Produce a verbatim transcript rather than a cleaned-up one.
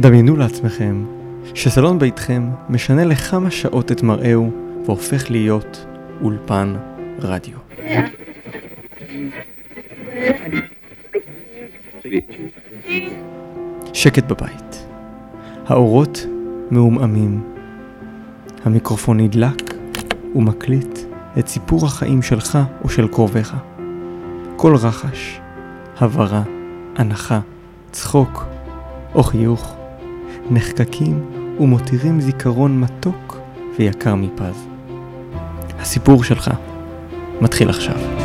דמיינו לעצמכם שסלון ביתכם משנה לכמה שעות את מראהו והופך להיות אולפן רדיו. שקט בבית. האורות מעומעמים. המיקרופון נדלק ומקליט את סיפור החיים שלך או של קרוביך. כל רחש, הברה, הנחה, צחוק או חיוך נחקקים ומותירים זיכרון מתוק ויקר מפז. הסיפור שלך מתחיל עכשיו.